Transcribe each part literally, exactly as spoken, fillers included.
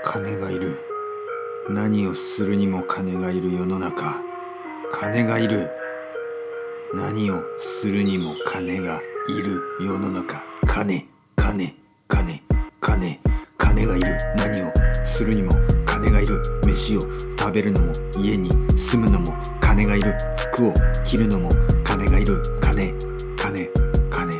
金がいる。何をするにも金がいる世の中。金がいる。何をするにも金がいる世の中。金、金、金、金、金がいる。何をするにも金がいる。飯を食べるのも家に住むのも金がいる。服を着るのも金がいる。金、金、金。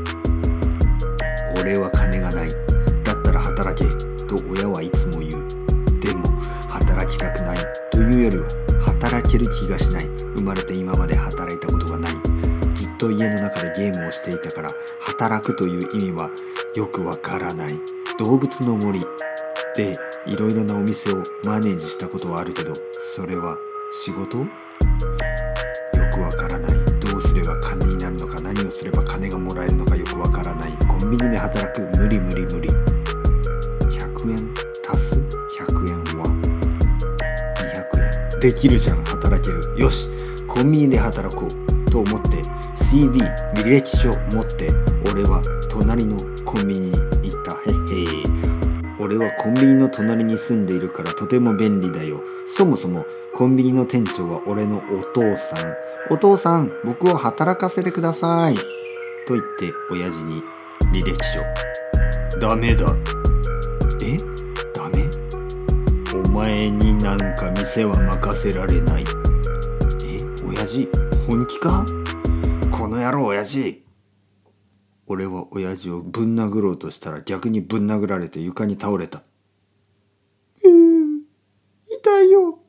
俺は金がない。だったら働けと親はいつも言う。でも働きたくないというよりは働ける気がしない。生まれて今まで働いたことがない。ずっと家の中でゲームをしていたから働くという意味はよくわからない。動物の森でいろいろなお店をマネージしたことはあるけど、それは仕事？よくわからない。どうすれば金になるのか、何をすれば金がもらえるのかよくわからない。コンビニで働く。無理無理無理。ひゃくえん足すひゃくえんはにひゃくえん。できるじゃん。働ける。よし、コンビニで働こうと思って シーディー 履歴書持って俺は隣のコンビニに行った。へへ。俺はコンビニの隣に住んでいるからとても便利だよ。そもそもコンビニの店長は俺のお父さん。お父さん、僕を働かせてくださいと言って親父に履歴書。ダメだ。え？ダメ？お前になんか店は任せられない。え？親父、本気か？この野郎親父。俺は親父をぶん殴ろうとしたら逆にぶん殴られて床に倒れた。うー、痛いよ。